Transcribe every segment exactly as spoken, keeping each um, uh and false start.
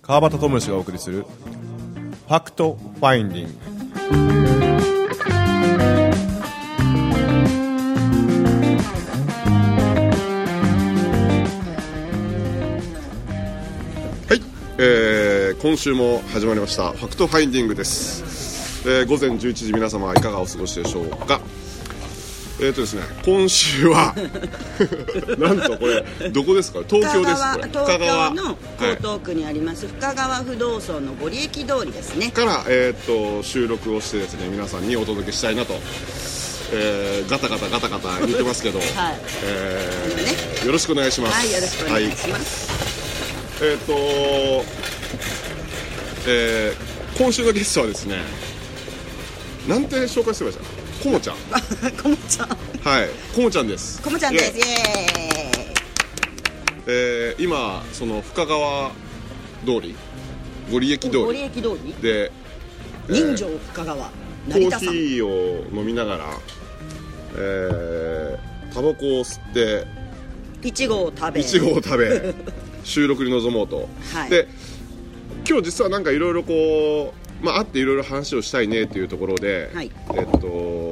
川端智之がお送りするファクトファインディング。 はい、えー、今週も始まりましたファクトファインディングです、えー、午前じゅういちじ皆様いかがお過ごしでしょうか。えーとですね、今週はなんとこれどこですか。東京です。これ東京の江東区にあります、はい、深川不動尊の五里駅通りですね。 から、えー、と収録をしてですね、皆さんにお届けしたいなと、えー、ガタガタガタガタ言ってますけど、はいえーね、よろしくお願いします。 はい、よろしくお願いします。 はい、えーとえー、今週のゲストはですね、なんて紹介すればいいですか。こもちゃんこもちゃんはいこもちゃんですこもちゃんですイエーイ、 えー、今その深川通り五里駅通り五里駅通りで人情深川、 えー、コーヒーを飲みながら、えー、タバコを吸っていちごを食べいちごを食べ収録に臨もうと、はい、で今日実はなんかいろいろこうまあ、会っていろいろ話をしたいねというところで、はい、えっと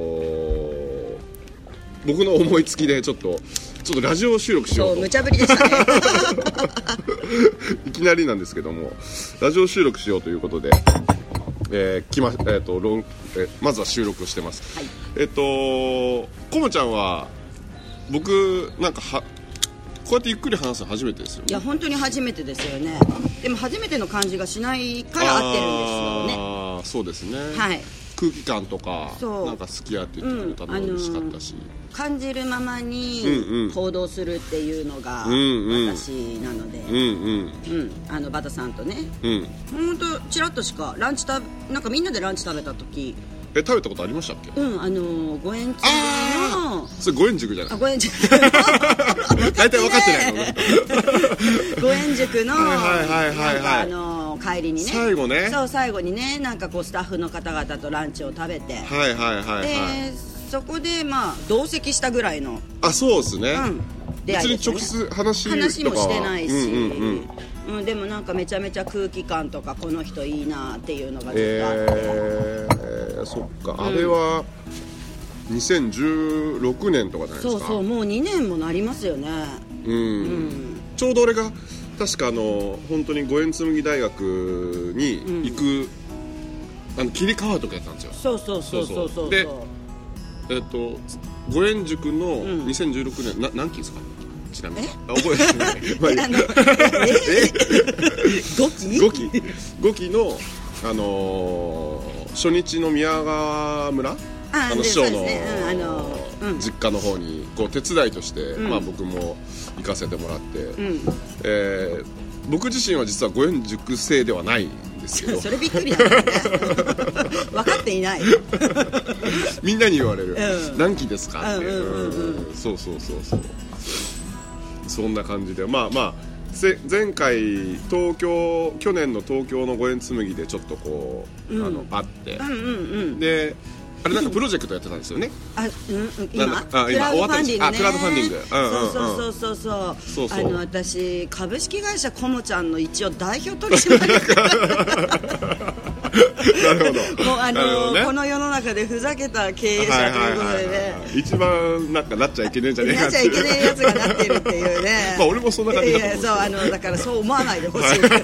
僕の思いつきでちょっとちょっとラジオ収録しようと。 そう無茶ぶりでしたねいきなりなんですけどもラジオ収録しようということで、えー来まえー、とロンえー、まずは収録をしてます、はい、えっとこもちゃんは僕なんかはこうやってゆっくり話すの初めてですよね。 いや本当に初めてですよね。でも初めての感じがしないから合ってるんですよね。 ああそうですね、 はい、空気感とかなんか好きやって言ってくれたのが嬉しかったし、うんあのー、感じるままに行動するっていうのが私なので、うんうんうん、あのバタさんとね、うん、本当ちらっとしかランチたなんかみんなでランチ食べた時え食べたことありましたっけ。 うんあのー、五円つのそれ五円塾じゃない。 あ五円塾大体分かってないの五円塾のはいはいはいはい、 あのー、帰りにね最後ねそう最後にねなんかこうスタッフの方々とランチを食べてはいはいはいはいでそこでまあ同席したぐらいのあそうですね、 うん、 出会いですね。別に直接話とか話もしてないし、うんうんうんうん、 でもなんかめちゃめちゃ空気感とかこの人いいなっていうのがずっとあって、 えー、そっか、うん、あれはにせんじゅうろくねんとかじゃないですか。 そうそうもうにねんもなりますよね、 うんうん、ちょうど俺が確かあの本当に五円紬大学に行く、うん、あの切り替わるとかやったんですよ。 そうそうそうそうそうで、えっと五円塾のにせんじゅうろくねん、うん、な何期ですかちなみに。あ覚えてないまあいいごきごきごきの、あのー、初日の宮川村あの師匠の、ねうんあのーうん、実家の方にこう手伝いとして、うんまあ、僕も行かせてもらって、うんえー、僕自身は実は五円塾生ではないんですけどそれびっくりなんだよね分かっていないみんなに言われる、うん、何期ですかって、 うんうんうんうん、 そうそうそうそうそんな感じでまあまあ前回東京去年の東京の五円紬でちょっとこう、うん、あの会って、うんうんうん、であれなんかプロジェクトやってたんですよね。 あ、うん、今あ今終わったんです。あクラウドファンディング、 うんうんうん、そうそうそうそうそうあの私株式会社コモちゃんの一応代表取締役なるほどもうあの、ね、この世の中でふざけた経営者ということでね一番なんかなっちゃいけねえんじゃねえかなっちゃいけねえやつがなってるっていうねまあ俺もそんな感じだと思う。 そうあのだからそう思わないでほしいけど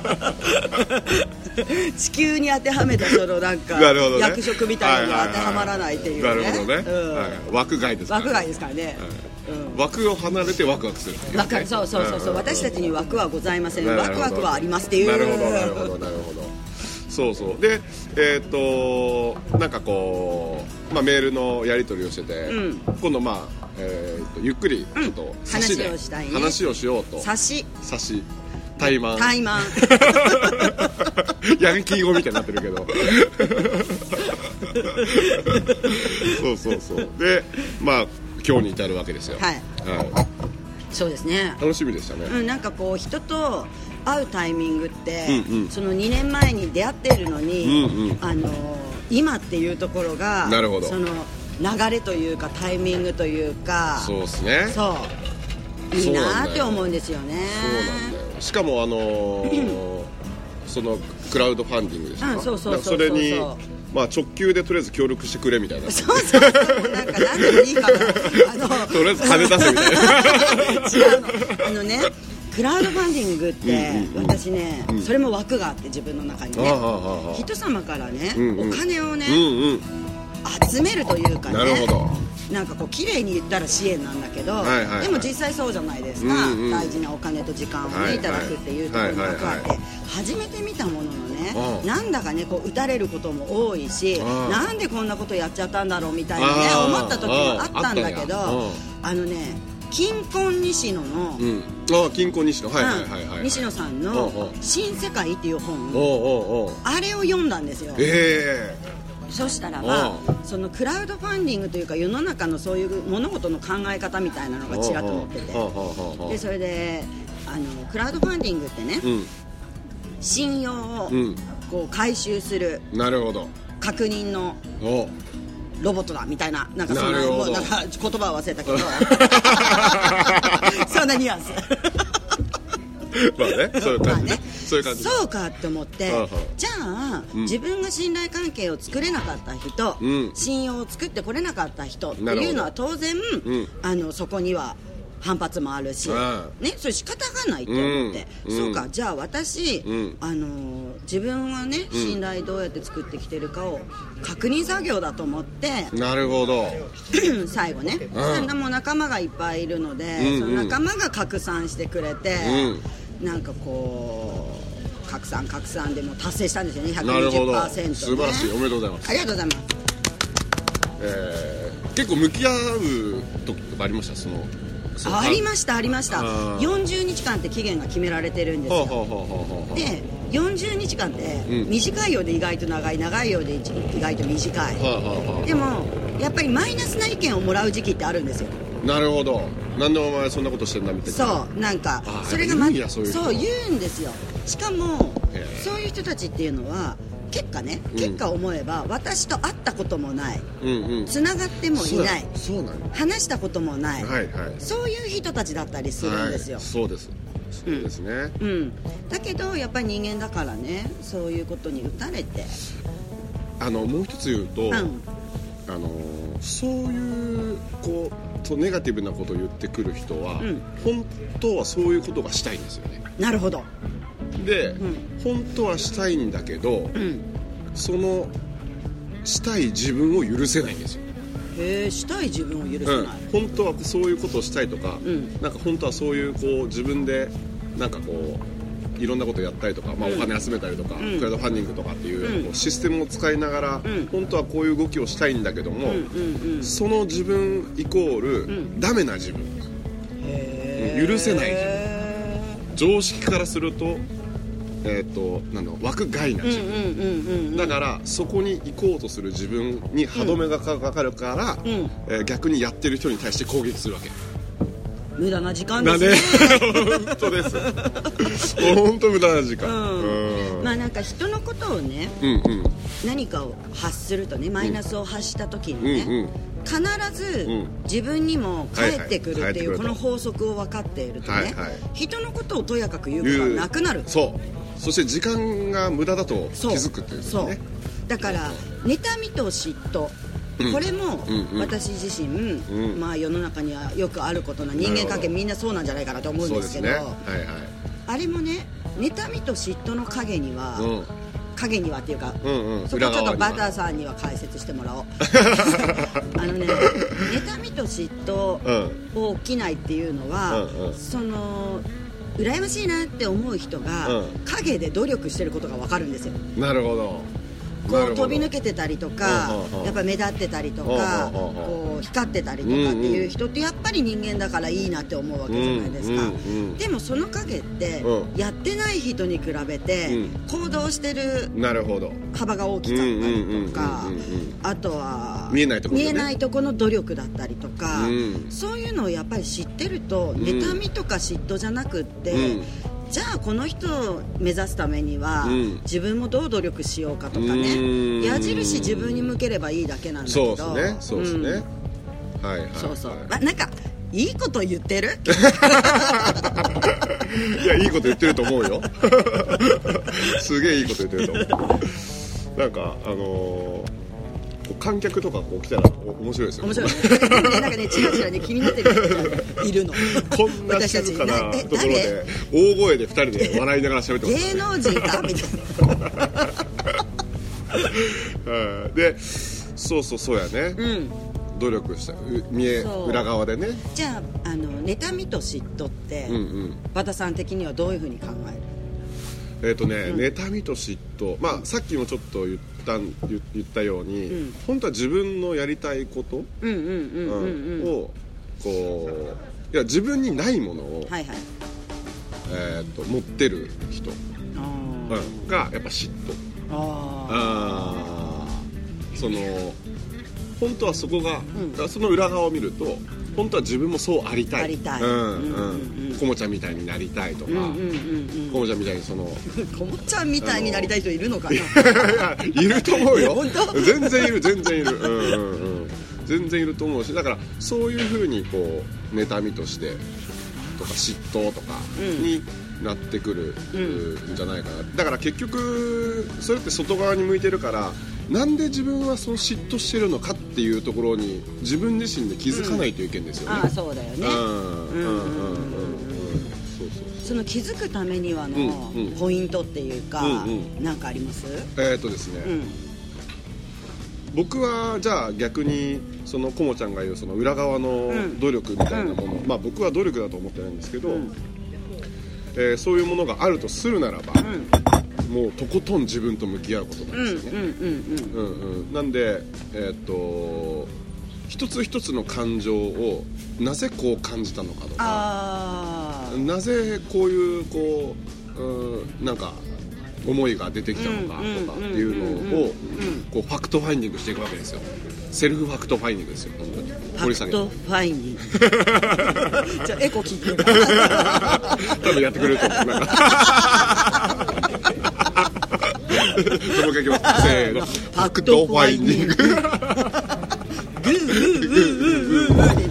地球に当てはめたそのなんか、ね、役職みたいなのが当てはまらないっていうね。 なるほどね、うんはい、枠外ですからね。 枠外ですからね、はいうん、枠を離れてワクワクするっていう、ね、 そうそうそうそう、うん、私たちに枠はございません。ワクワクはありますっていう。 なるほどなるほどなるほどそうそうでえっ、ー、となんかこう、まあ、メールのやり取りをしてて、うん、今度まあ、えー、とゆっくりちょっと差しで、 うん、話をしたいね。 話をしようと。 差し差し怠慢怠慢ヤンキー語みたいになってるけどそうそうそうでまあ今日に至るわけですよ。 はい、はい、そうですね。 楽しみでしたね、 うん、なんかこう人と会うタイミングって、うんうん、そのにねんまえに出会っているのに、うんうん、あの今っていうところがなるほどその流れというかタイミングというかそうですね。 そういいなって思うんですよね。 そうなんだよ。しかもあのーそのクラウドファンディングでしたか、 うん、そうそうそうそう、 それにまあ、直球でとりあえず協力してくれみたいな。 そうそうそう、なんか何でもいいからあのとりあえず金出せみたいな違うの、あのねクラウドファンディングって、うんうん、私ね、うん、それも枠があって自分の中にね、人様からね、うんうん、お金をね、うんうん、集めるというかね、 なるほど、 なんかこう綺麗に言ったら支援なんだけど、はいはいはい、でも実際そうじゃないですか、うんうん、大事なお金と時間を、ね、はいはい、いただくっていうところに枠あって、はいはいはい、初めて見たもののね、なんだかねこう打たれることも多いし、なんでこんなことやっちゃったんだろうみたいなね思った時もあったんだけど、あのね金婚西野の、 うん、あ金婚西野、はいはいはいはい、 西野さんの「新世界」っていう本、おうおうおう、あれを読んだんですよ。 えー、 そしたらばそのクラウドファンディングというか世の中のそういう物事の考え方みたいなのがちらっと載ってて、でそれであのクラウドファンディングってね、うん、信用をこう回収する、 うん、なるほど、 確認のロボットだみたいな、なんかそんな、もうなんか言葉を忘れたけどそんなニュアンスまあね、そういう感じね、そういう感じ、 そうかって思って、ははじゃあ、うん、自分が信頼関係を作れなかった人、うん、信用を作ってこれなかった人っていうのは当然、うん、あのそこには反発もあるし、ね、それ仕方がないと思って、うん、そうか、じゃあ私、うん、あの自分はね信頼どうやって作ってきてるかを確認作業だと思って、 なるほど最後ね、うん、もう仲間がいっぱいいるので、うんうん、その仲間が拡散してくれて、うん、なんかこう拡散拡散でも達成したんですよね、ひゃくにじゅっパーセント、ね、 素晴らしい、おめでとうございます。 ありがとうございます。 えー、結構向き合う時とかありました？そのありましたありました。よんじゅうにちかんって期限が決められてるんですよ。でよんじゅうにちかんって短いようで意外と長い、長いようで意外と短い、でもやっぱりマイナスな意見をもらう時期ってあるんですよ。 なるほど、なんでお前そんなことしてんだみたいな、 そうなんかそれがまそうそう言うんですよ。しかもそういう人たちっていうのは結果ね、結果思えば、うん、私と会ったこともない、うんうん、つながってもいない、 そうなん話したこともない、 はいはい、 そういう人たちだったりするんですよ、 はい、そうですそうですね、 うんうん、だけどやっぱり人間だからね、そういうことに打たれて、 あのもう一つ言うと、うん、あのそういうこうネガティブなことを言ってくる人は、うん、本当はそういうことがしたいんですよね。 なるほど。 で、うん、本当はしたいんだけど、うん、そのしたい自分を許せないんですよ。 へえ、したい自分を許せない、うん、 本当はそういうことをしたいとか、うん、なんか本当はそういうこう自分でなんかこういろんなことをやったりとか、まあ、お金集めたりとか、うん、クラウドファンディングとかっていう、うん、こうシステムを使いながら、うん、本当はこういう動きをしたいんだけども、うんうんうん、その自分イコール、うん、ダメな自分、へ許せない自分、常識からするとえー、となんだ枠外な自分だから、そこに行こうとする自分に歯止めがかかるから、うん、えー、逆にやってる人に対して攻撃するわけ。 無駄な時間ですね。 本当です本当無駄な時間、 うんうん、まあなんか人のことをね、うんうん、何かを発するとね、マイナスを発した時にね、うんうん、必ず自分にも返ってくるっていうこの法則を分かっているとね、はいはい、人のことをとやかく言うことはなくなる。 そう、そして時間が無駄だと気づくっていうね。 そうそうだから妬みと嫉妬、うん、これも私自身、うんうん、まあ世の中にはよくあることな人間関係、みんなそうなんじゃないかなと思うんですけど、そうですね、はいはい、あれもね、妬みと嫉妬の陰には、うん、影にはっていうか、うんうん、そこはちょっとバターさんには解説してもらおうあのね、妬みと嫉妬起きないっていうのは、うんうん、その羨ましいなって思う人が、うん、陰で努力してることが分かるんですよ。 なるほど。 こう飛び抜けてたりとか、やっぱ目立ってたりとか、こう光ってたりとかっていう人ってやっぱり人間だからいいなって思うわけじゃないですか。でもその影ってやってない人に比べて行動してる幅が大きかったりとか、あとは見えないところ、ね、 見えないところの努力だったりとか、そういうのをやっぱり知ってると、妬みとか嫉妬じゃなくって、じゃあこの人を目指すためには、うん、自分もどう努力しようかとかね、矢印自分に向ければいいだけなんだけど、 そうですね、そうですね、うん、はいはい、はい、 そうそう、ま、なんかいいこと言ってるいや、いいこと言ってると思うよすげえいいこと言ってると思う。なんかあのー観客とかこう来たら面白いですよ。 面白い。なんかね、チラチラね気になってる人がいるの。 こんな静かなところで大声でふたりで笑いながら喋ってます。 芸能人かみたいな。 で、そうそうそうやね。うん、努力した見え裏側でね。 じゃあ、あの妬みと嫉妬って、うんうん、和田さん的にはどういうふうに考える？ えーとね、うん、妬みと嫉妬、まあ、さっきもちょっと言った言ったように、うん、本当は自分のやりたいことをこういや自分にないものを、はいはい、えーと持ってる人、うん、がやっぱ嫉妬。ああその本当はそこが、うん、その裏側を見ると本当は自分もそうありたい、ありたい、うんうんうん、コモちゃんみたいになりたいとか、うんうんうんうん、コモちゃんみたいにそのコモちゃんみたいになりたい人いるのかな。 いやいると思うよ。本当全然いる全然いる、うんうんうん、全然いると思うし、だからそういうふうにこう妬みとしてとか嫉妬とかになってくるんじゃないかな、うん、だから結局それって外側に向いてるから、なんで自分はそう嫉妬してるのかっていうところに自分自身で気づかないといけないんですよね、うん、 ああそうだよね。その気づくためにはのポイントっていうか、うんうん、なんかあります？ えーっとですね、うん、僕はじゃあ逆にそのコモちゃんが言うその裏側の努力みたいなもの、うん、まあ僕は努力だと思ってないんですけど、うんえー、そういうものがあるとするならば、うん、もうとことん自分と向き合うことなんですよね。なんで、えー、っと一つ一つの感情をなぜこう感じたのかとか、なぜこういうこう、うん、なんか思いが出てきたのかとかっていうのをこうファクトファインディングしていくわけですよ。セルフファクトファインディングですよ。本当に掘り下げてファクトファインディングじゃあエコ聞いてる多分やってくれると思う。なんかもう一回いきます。せーの、ファクトファインディング。グーグーグーグーグーグー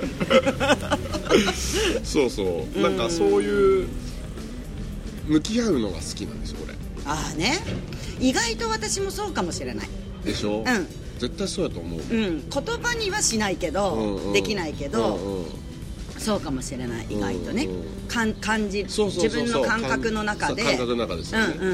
そうそう、なんかそういう向き合うのが好きなんですよ俺。 ああね、意外と私もそうかもしれない。 でしょ、うん、絶対そうやと思う、うん、 言葉にはしないけど、うんうん、できないけど、うんうん、そうかもしれない意外とね、うんうん、かん感じそうそうそうそう、自分の感覚の中で感覚の中ですよね、うんうんうん、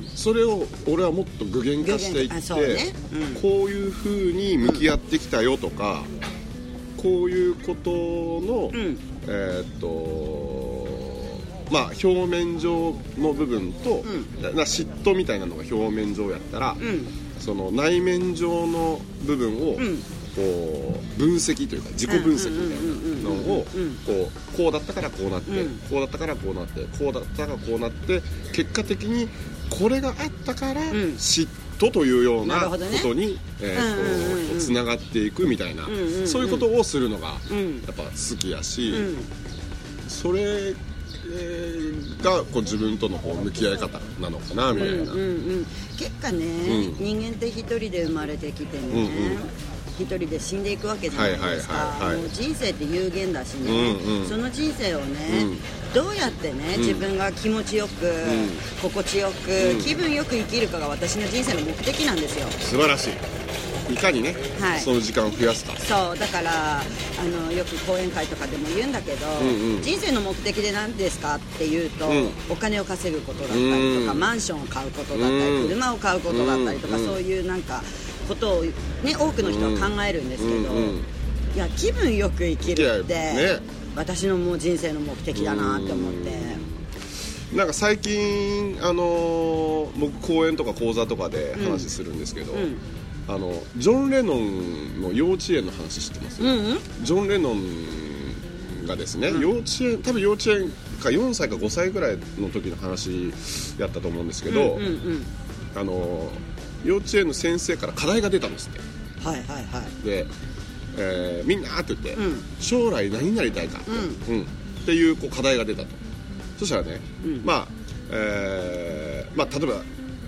それを俺はもっと具現化していって、そうね、うん、こういう風に向き合ってきたよとか、うん、こういうことの、うん、えー、っとまあ表面上の部分と、うん、な嫉妬みたいなのが表面上やったら、うん、その内面上の部分を、うんこう分析というか自己分析みたいなのをこうこうだったからこうなって、うん、こうだったからこうなってこうだったからこうなって結果的にこれがあったから嫉妬というようなことにつながっていくみたいな、そういうことをするのがやっぱ好きやし、それがこう自分とのこう向き合い方なのかなみたいな、うんうんうん、 結果ね、うん、人間って一人で生まれてきてね、うんうん一人で死んでいくわけじゃないですか、はいはいはいはい、もう人生って有限だしね、うんうん、その人生をね、うん、どうやってね、うん、自分が気持ちよく、うん、心地よく、うん、気分よく生きるかが私の人生の目的なんですよ。 素晴らしい。いかにね、はい、その時間を増やすか。 そうだからあのよく講演会とかでも言うんだけど、うんうん、人生の目的で何ですかっていうと、うん、お金を稼ぐことだったりとか、うん、マンションを買うことだったり、うん、車を買うことだったりとか、うん、そういうなんかことを、ね、多くの人は考えるんですけど、うんうんうん、いや気分よく生きるって、ね、私のもう人生の目的だなって思って、 うん、なんか最近、あのー、僕講演とか講座とかで話するんですけど、うんうんあのジョン・レノンの幼稚園の話知ってます？うんうん、ジョン・レノンがですね、うん、幼稚園多分幼稚園かよんさいかごさいぐらいの時の話やったと思うんですけど、うんうんうん、あの幼稚園の先生から課題が出たんですって。 はいはいはい。 で、えー、みんなって言って、うん、将来何になりたいか、うんうん、っていう、こう課題が出たと。そしたらね、うん、まあ、えー、まあ例えば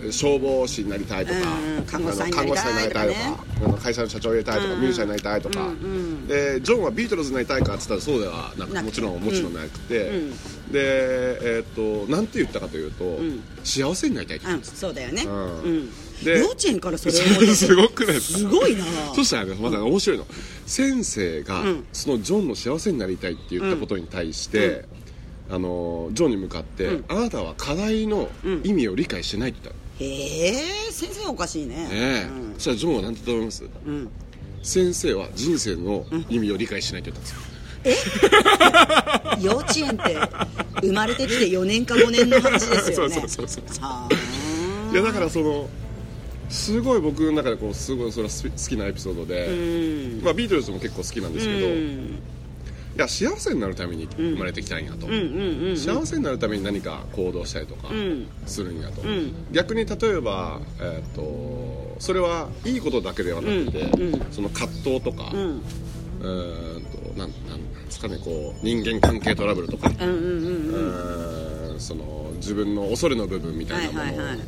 消防士になりたいとか、 うん、看護師さんになりたいとか、ね、 とか会社の社長になりたいとか、うん、ミュージシャンになりたいとか、うん、でジョンはビートルズになりたいかって言ったらそうではなくもちろんもちろんなくて、うん、でえー、っとなんて言ったかというと、うん、幸せになりたいって言うんです、 うん、そうだよね、うんうん、 で幼稚園からそれを思ってすごくないですか。 すごいな。 そしたらねまだ面白いの、うん、先生が、うん、そのジョンの幸せになりたいって言ったことに対して、うん、あのジョンに向かって、うん、あなたは課題の意味を理解してないって言ったの。 へえ、先生おかしいね。 ね、うん、そしたらジョンは何て言ったと思います、うん、先生は人生の意味を理解しないって言ったんですよ、うん、え幼稚園って生まれてきてよねんかごねんの話ですよね。 そうそうそうそういやだからそのすごい僕の中でこうすごいそれは好きなエピソードで、うん、まあ、ビートルズも結構好きなんですけど、うん、いや幸せになるために生まれてきたんやと、うん、幸せになるために何か行動したりとかするんやと、うん、逆に例えば、えー、とそれはいいことだけではなくて、うん、その葛藤とか、うん、えー、となんなんですかね、こう人間関係トラブルとか、うんうんうんうん、その自分の恐れの部分みたいなものを、はいはいはい、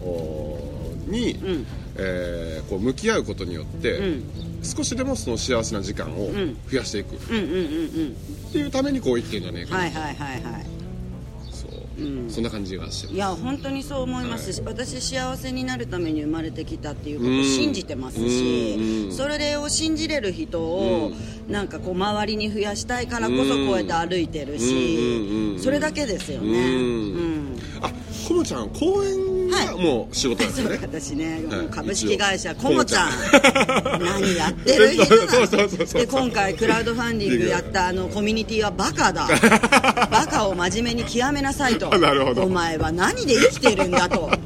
に、うん、えー、こう向き合うことによって、うん、少しでもその幸せな時間を増やしていく、うんうんうんうん、っていうためにこう言ってるんじゃねえかな、はいはいはいはい、そう、うん、そんな感じがしてます。 いや本当にそう思いますし、はい、私幸せになるために生まれてきたっていうことを信じてますし、それを信じれる人をなんかこう周りに増やしたいからこそこうやって歩いてるし、それだけですよね。うん、 あ、コモちゃん公演がもう仕事なんですね。はい、 私ね、はい、株式会社コモちゃん何やってる人なで今回クラウドファンディングやったあのコミュニティはバカだバカを真面目に極めなさいとなるほど、お前は何で生きてるんだと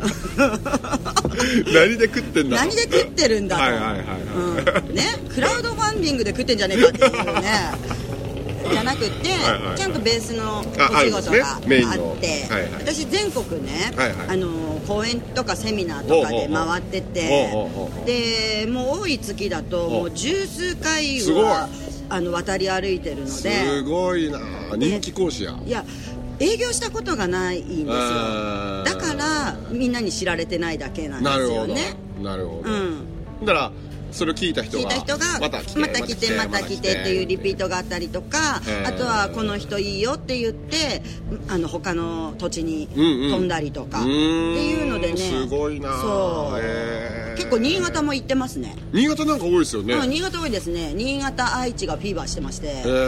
何で食ってんだ何で食ってるんだと、はいはいはいはい、うん、ね、クラウドファンディングで食ってんじゃねえかっていうねじゃなくて、はいはい、ちゃんとベースのお仕事があって、ね、はいはい、私全国ね、はいはい、あの講演とかセミナーとかで回ってて、でもう多い月だともう十数回はあの渡り歩いてるので、 すごいな、人気講師や。 いや営業したことがないんですよ。だからみんなに知られてないだけなんですよね。 なるほど、なるほど、うん、だからそれを聞いた人が聞いた人がまた来てまた来てまた来てっていうリピートがあったりとか、あとはこの人いいよって言ってあの他の土地に飛んだりとかっていうのでね、 すごいな。そう、 結構新潟も行ってますね。 新潟なんか多いですよね。 新潟多いですね。新潟愛知がフィーバーしてまして、フ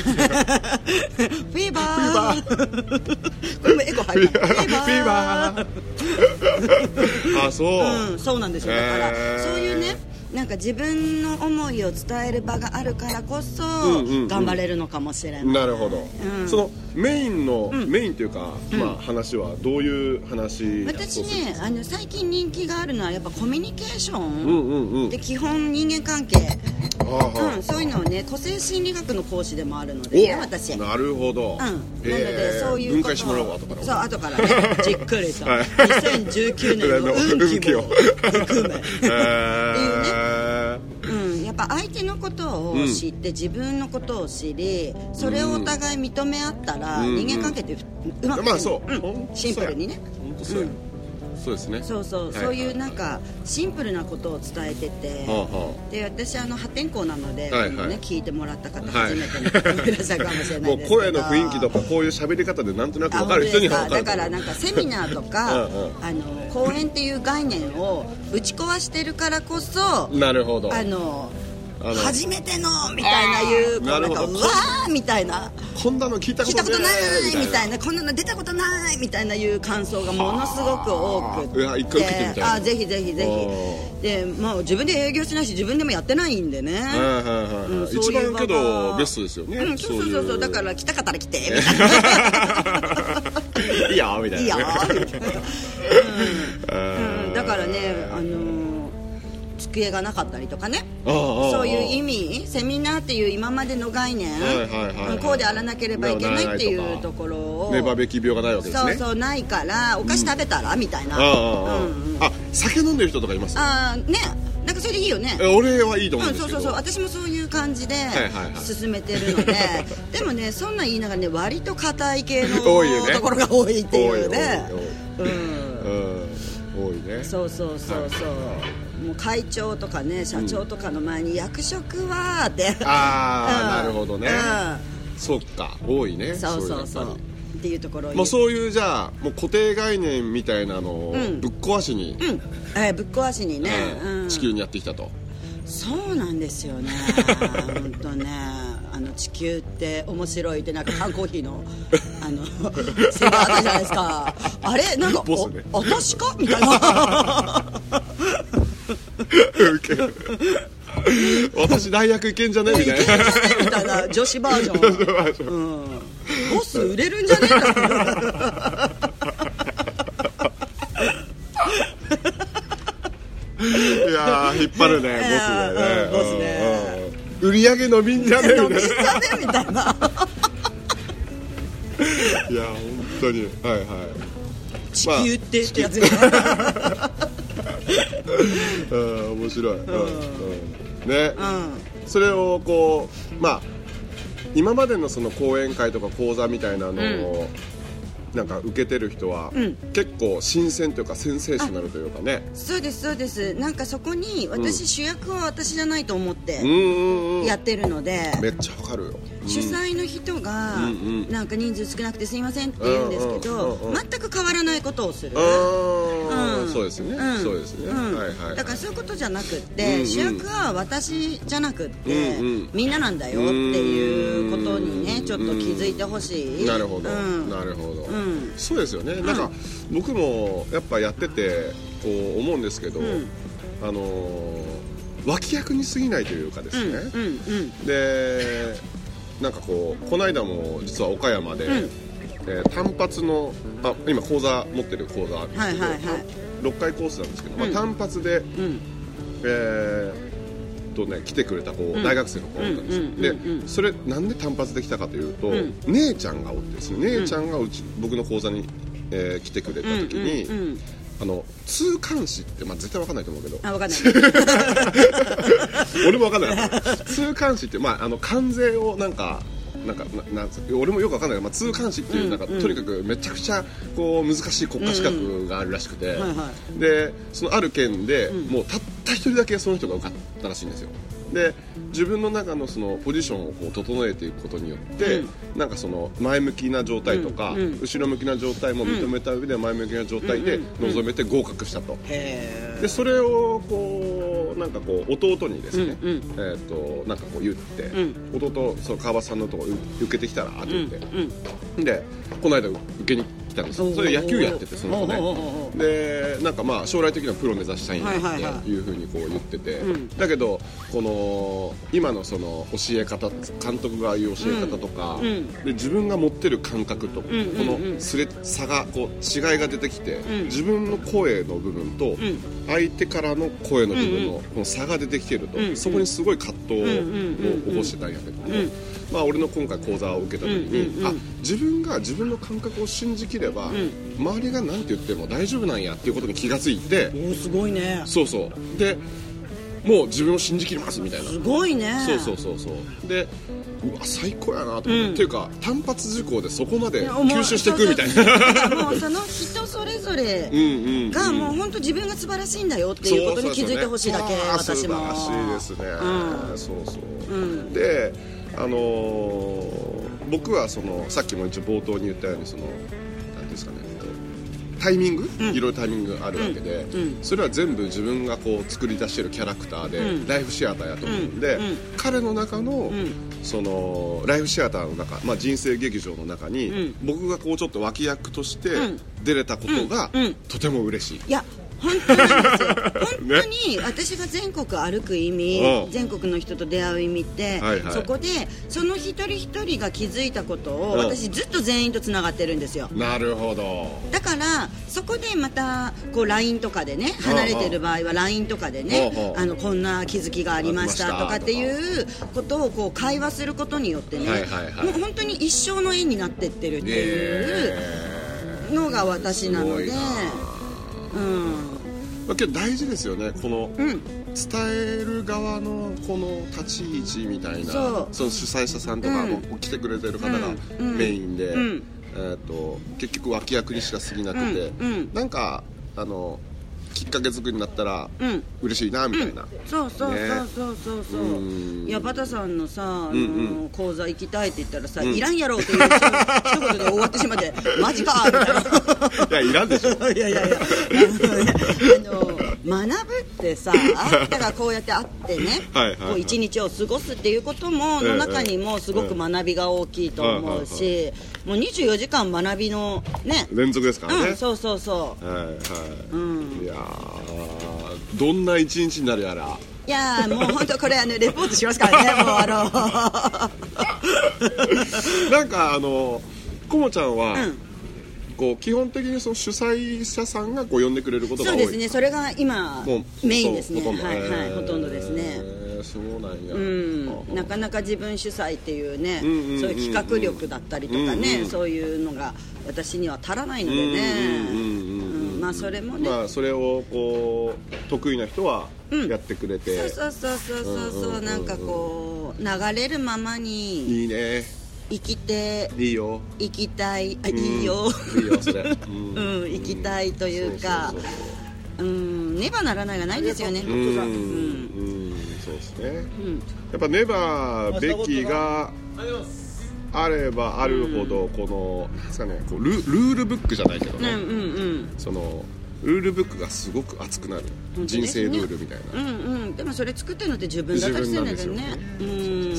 ィーバーこれもエコ入ったフィーバーフィーバーあ、そう、 うん、そうなんですよ。だからそういうね、なんか自分の思いを伝える場があるからこそ頑張れるのかもしれない、うんうんうん、 なるほど、うん、そのメインの、うん、メインというか、うん、まあ、話はどういう話。 私ね、あの最近人気があるのはやっぱコミュニケーション、うんうんうん、で基本人間関係、うん、そういうのをね、個性心理学の講師でもあるので、ね、私。 なるほど、 うん、なのでそういうことを分解してもらおう、後から。そう、後からねじっくりと、はい、にせんじゅうきゅうねんの運気も含めっていうね、うん、やっぱ相手のことを知って、うん、自分のことを知り、それをお互い認め合ったら、うん、人間関係ってうまくいく、まあそう、うん、シンプルにね、 本当そうや、うん、そうですね。 そうそう、はい、そういうなんかシンプルなことを伝えてて、はあはあ、で私あの破天荒なので、はいはい、ね、聞いてもらった方初めての方もいらっしゃるかもしれないですけど、もう声の雰囲気とかこういう喋り方でなんとなく分かる人には分かる。 だからなんかセミナーとかああの講演っていう概念をぶち壊してるからこそ、 なるほど、 あの初めてのみたいないうこうなんかうわーみたいな、 こんなの聞いたことないみたいな、こんなの出たことないみたいないう感想がものすごく多くて、 一回受けてみたいな。 あ、ぜひぜひぜひ。で、まあ自分で営業しないし自分でもやってないんでね、はいはいはい、 うん、一番けどベストですよね、 うん、そうそうそうそう、だから来たかったら来てみたいないいよみたいな、いいよみたいな、 うんうん、だからね、あの机がなかったりとかね、ああそういう意味、セミナーっていう今までの概念、はいはいはいはい、こうであらなければいけないっていうところを、 ネバべき病がないわけですね。 そうそう、ないからお菓子食べたら、うん、みたいな、 あ、あ、うんうん、あ、酒飲んでる人とかいます。 あ、ね、なんかそれでいいよね。 俺はいいと思うんですけど、 うん、そうそうそう、私もそういう感じで進めてるので、はいはいはい、でもね、そんなん言いながらね、割と硬い系のところが多いっていうね。 多いね。 そうそうそうそう、はい、もう会長とかね社長とかの前に役職はって、うん、 ああ、うん、なるほどね、うん、そっか多いね。 そうそうそうっていうところもうそういうじゃあもう固定概念みたいなのをぶっ壊しに、 うんうんえー、ぶっ壊しにね、 うん、地球にやってきたと。 そうなんですよね本当ね、あの地球って面白いってなんか缶コーヒーのあのセリフあったじゃないですか。あれなんかボス、ね、私かみたいなウケる私大学いけんじゃねみたいなみたいな女子バージョン、うん、ボス売れるんじゃねえかいやー引っ張るねボスね、ボスね、売り上げ伸びんじゃねえみたいなみたいないや本当にはいはい地球ってってやつね、 まあ、うん面白い、うんうん、ね、うん、それをこうまあ今までのその講演会とか講座みたいなのを、うん、なんか受けてる人は、うん、結構新鮮というかセンセーショナルというかね。 そうですそうです。なんかそこに私、うん、主役は私じゃないと思ってやってるので、 めっちゃわかるよ、 うん、主催の人が、うん、なんか人数少なくてすいませんって言うんですけど、うんうん、全く変わらないことをする、 うん、そうですね、うん、そうですね、うんはいはいはい、 だからそういうことじゃなくって、うんうん、主役は私じゃなくって、うんうん、みんななんだよっていうことにねちょっと気づいてほしい。 なるほど、うん、なるほど、うん、そうですよね。なんか僕もやっぱやっててこう思うんですけど、うん、あのー、脇役に過ぎないというかですね、うんうんうん、でなんかこうこの間も実は岡山で、うんえー、単発のあ今講座持ってる講座あるんですけど、はいはいはい、ろっかいコースなんですけど、うんまあ、単発で、うんえーとね、来てくれた子、うん、大学生の子がいたんですよ、うんうんうん、でそれなんで単発で来たかというと、うん、姉ちゃんがおってですね、姉ちゃんがうち僕の講座に、えー、来てくれた時に、うんうんうん、あの通関士って、まあ、絶対分かんないと思うけどあ分かんない俺も分かんない通関士って、まあ、あの関税をなんかなんかななん俺もよく分かんないけど、まあ、通関士っていうなんか、うんうん、とにかくめちゃくちゃこう難しい国家資格があるらしくて、うんうんはいはい、でそのある県で、うん、もうたった一人だけその人が受かったらしいんですよ。で自分の中のそのポジションをこう整えていくことによって、うん、なんかその前向きな状態とか、うんうん、後ろ向きな状態も認めた上で前向きな状態で臨めて合格したと、うんうん、でそれをこうなんかこう弟にですね、うんうん、えー、となんかこう言って、うん、弟その川端さんのところ受けてきたらって言って、うんうん、でこの間受けに来たんですよ。それ野球やっててその子ねでなんかまあ将来的にはプロ目指したいんだっていうふうにこう言ってて、はいはいはい、だけどこの今のその教え方監督が言う教え方とか、うん、で自分が持ってる感覚と、うん、このすれ差がこう違いが出てきて、うん、自分の声の部分と、うん、相手からの声の部分のこの差が出てきてると、うん、そこにすごい葛藤を起こしてたんやけども、うん、まあ、俺の今回講座を受けた時に、うんうんうん、あ自分が自分の感覚を信じきれば、うん、周りが何て言っても大丈夫なんやっていうことに気がついて、 おすごいね。 そうそうでもう自分を信じきりますみたいな。 すごいね。 そうそうそうそうでうわ最高やなと思って、うん、っていうか単発受講でそこまで吸収していくみたいな。 もうその人それぞれがもう本当自分が素晴らしいんだよっていうことに気づいてほしいだけ。私も素晴らしいですね、うん、そうそう、うん、であのー、僕はそのさっきも一応冒頭に言ったようにその何ですかねタイミング、うん、いろいろタイミングがあるわけで、うん、それは全部自分がこう作り出しているキャラクターで、うん、ライフシアターやと思うんで、うん、彼の中の、うん、そのライフシアターの中、まあ、人生劇場の中に、うん、僕がこうちょっと脇役として出れたことが、うんうん、とても嬉しい。 いや本当なんですよ本当に私が全国歩く意味、ね、全国の人と出会う意味って、はいはい、そこでその一人一人が気づいたことを私ずっと全員とつながってるんですよ。 なるほど。 だからそこでまたこう ライン とかでね離れてる場合は ライン とかでねあのこんな気づきがありましたとかっていうことをこう会話することによってね、はいはいはい、もう本当に一生の縁になってってるっていうのが私なので、うん、 けど大事ですよねこの、うん、伝える側のこの立ち位置みたいな そ, その主催者さんとかも、うん、来てくれてる方がメインで、うんうんえー、と結局脇役にしか過ぎなくて、うんうん、なんかあのきっかけ作りになったら、うん、嬉しいなみたいな、うん、 そうそうそうそうそうそう、ね、いやバタさんのさ、あのーうんうん、講座行きたいって言ったらさ、うん、いらんやろうっていう一言で終わってしまってマジかみたいな。 いやいらんでしょ。 いやいやいやあの学ぶってさ、だからこうやって会ってねはいはい、はい、こう一日を過ごすっていうこともの中にもすごく学びが大きいと思うし、もうにじゅうよじかん学びのね連続ですからね、 うん、そうそうそう、はいはい、 うん、いやどんな一日になるやら。 いやもう本当これあのレポートしますからねもうあのなんかあのこもちゃんは、うん、こう基本的にその主催者さんがこう呼んでくれることが多い。 そうですね、それが今メインですね。 ほとんど、 はいはい、ほとんどですね。 そうなんや、 うん、なかなか自分主催っていうね、うんうんうんうん、そういう企画力だったりとかね、うんうん、そういうのが私には足らないのでね、まあそれもね、 まあ、それをこう得意な人はやってくれて、 うん、そうそうそうそうそう、うんうんうん、なんかこう流れるままにいいね、 生きていいよ、 生きたい、あ、うん、いいよいいよそれ、 うん、うん、生きたいというか、そうそうそうそう、うん、ねばならないがないですよね。うん、うん、 そうですね、うん、やっぱねばべきがあればあるほど、このなんですかね、こう ル, ルールブックじゃないけどね、うんうんうん、そのルールブックがすごく熱くなる、ね、人生ルールみたいな、 うんうん、でもそれ作ってるのって自分だったりするんだけどね、うん、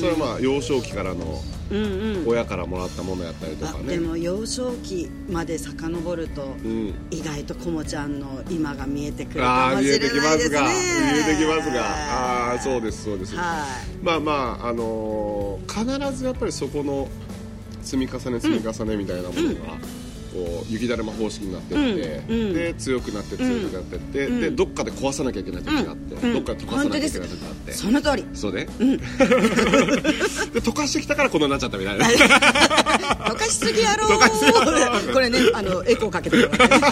それはまあ幼少期からの親からもらったものやったりとかね、うんうん、 でも幼少期まで遡ると、うん、意外とこもちゃんの今が見えてくるかもしれないですね。 あ、見えてきますが、見えてきますが、あ、そうですそうです、はい、まあまあ、あのー、必ずやっぱりそこの積み重ね積み重ねみたいなものが、うんうん、こう雪だるま方式になっていって、うん、で強くなって強くなっていって、うん、でどっかで壊さなきゃいけない時があって、うん、どっかで溶かさなきゃいけない時があって、 その通り、 そうね、うん、で溶かしてきたからこんなになっちゃったみたいな溶かしすぎやろーこれね、あのエコーかけてるからね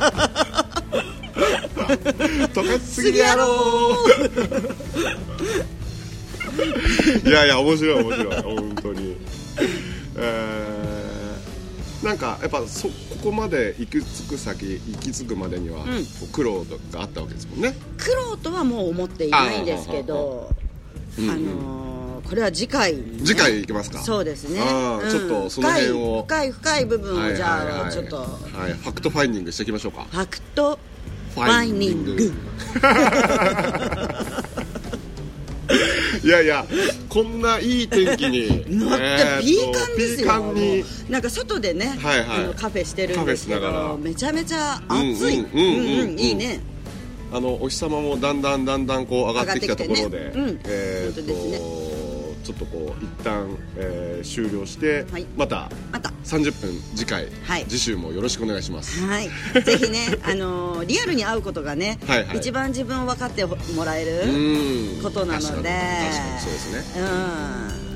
溶かしすぎやろーいやいや面白い面白い本当に、えー、なんかやっぱそここまで行き着く先行き着くまでには、うん、苦労があったわけですもんね。 苦労とはもう思っていないんですけど、あ、あ、あ、あ、あのー、これは次回、ね、 次回いきますか。 そうですね、 あ、うん、ちょっとその辺を深い深い部分をじゃあ、はいはいはい、ちょっと、はい、ファクトファインディングしていきましょうか。 ファクトファインディングいやいや、こんないい天気に乗ってピーカンですよ、えー、になんか外でね、はいはい、あのカフェしてるんですけど、めちゃめちゃ暑い、いいね。 あのお日様もだんだんだんだんこう上がってきたところで、ね、うん、えー、とですね、ちょっとこう一旦、えー、終了して、はい、またさんじゅっぷん次回、はい、次週もよろしくお願いします。 はい、ぜひね、あのー、リアルに会うことがね、はい、はい、一番自分を分かってもらえることなので、確かに、確かにそうですね、うん、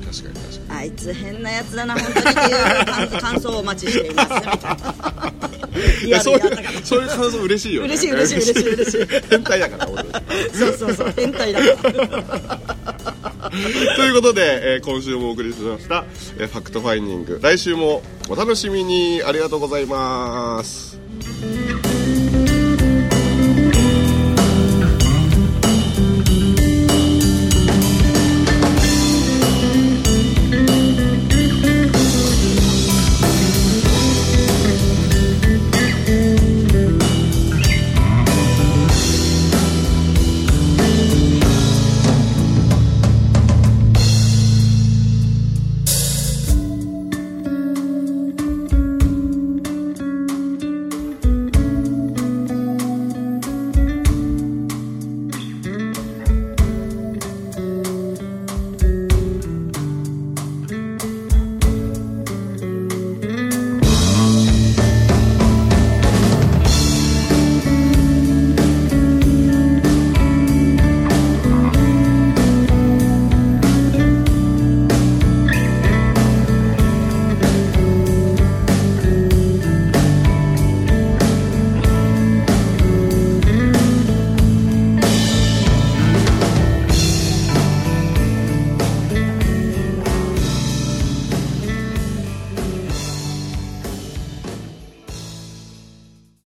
確かに確かにあいつ変なやつだな本当にっていう感想をお待ちしていますみたいないやそういうそういう感想嬉しいよね。 嬉しい嬉しい嬉しい嬉しい変態だから俺そうそうそう変態だからということで、えー、今週もお送りしました、えー、ファクトファインディング、来週もお楽しみに。ありがとうございます。